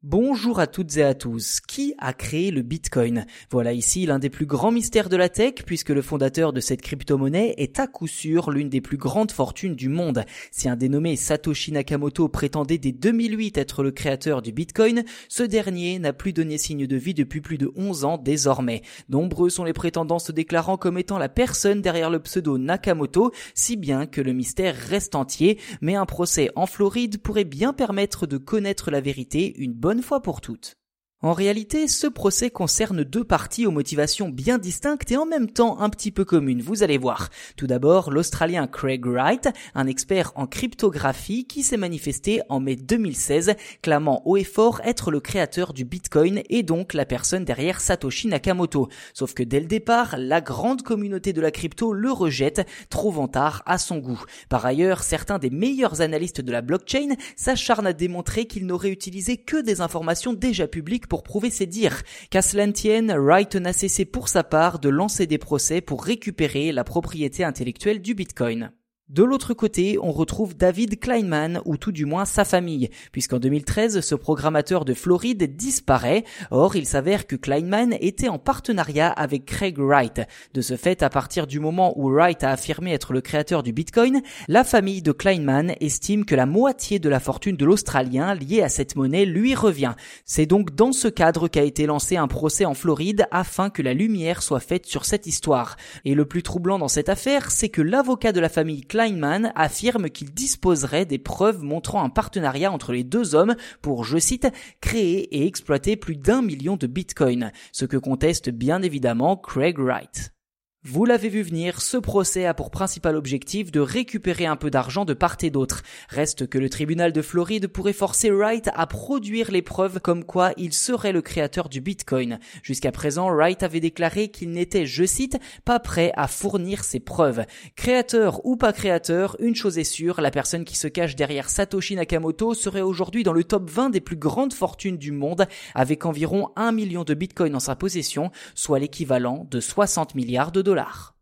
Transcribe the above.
Bonjour à toutes et à tous. Qui a créé le Bitcoin ? Voilà ici l'un des plus grands mystères de la tech puisque le fondateur de cette crypto-monnaie est à coup sûr l'une des plus grandes fortunes du monde. Si un dénommé Satoshi Nakamoto prétendait dès 2008 être le créateur du Bitcoin, ce dernier n'a plus donné signe de vie depuis plus de 11 ans désormais. Nombreux sont les prétendants se déclarant comme étant la personne derrière le pseudo Nakamoto, si bien que le mystère reste entier, mais un procès en Floride pourrait bien permettre de connaître la vérité une bonne fois pour toutes. En réalité, ce procès concerne deux parties aux motivations bien distinctes et en même temps un petit peu communes, vous allez voir. Tout d'abord, l'Australien Craig Wright, un expert en cryptographie qui s'est manifesté en mai 2016, clamant haut et fort être le créateur du Bitcoin et donc la personne derrière Satoshi Nakamoto. Sauf que dès le départ, la grande communauté de la crypto le rejette, trop vantard à son goût. Par ailleurs, certains des meilleurs analystes de la blockchain s'acharnent à démontrer qu'il n'aurait utilisé que des informations déjà publiques pour prouver ses dires. Qu'à cela ne tienne, Wright n'a cessé pour sa part de lancer des procès pour récupérer la propriété intellectuelle du Bitcoin. De l'autre côté, on retrouve David Kleinman, ou tout du moins sa famille, puisqu'en 2013, ce programmateur de Floride disparaît. Or, il s'avère que Kleinman était en partenariat avec Craig Wright. De ce fait, à partir du moment où Wright a affirmé être le créateur du Bitcoin, la famille de Kleinman estime que la moitié de la fortune de l'Australien liée à cette monnaie lui revient. C'est donc dans ce cadre qu'a été lancé un procès en Floride afin que la lumière soit faite sur cette histoire. Et le plus troublant dans cette affaire, c'est que l'avocat de la famille Kleinman affirme qu'il disposerait des preuves montrant un partenariat entre les deux hommes pour, je cite, créer et exploiter plus d'1 million de bitcoins, ce que conteste bien évidemment Craig Wright. Vous l'avez vu venir, ce procès a pour principal objectif de récupérer un peu d'argent de part et d'autre. Reste que le tribunal de Floride pourrait forcer Wright à produire les preuves comme quoi il serait le créateur du Bitcoin. Jusqu'à présent, Wright avait déclaré qu'il n'était, je cite, pas prêt à fournir ses preuves. Créateur ou pas créateur, une chose est sûre, la personne qui se cache derrière Satoshi Nakamoto serait aujourd'hui dans le top 20 des plus grandes fortunes du monde, avec environ 1 million de Bitcoin en sa possession, soit l'équivalent de 60 milliards de dollars.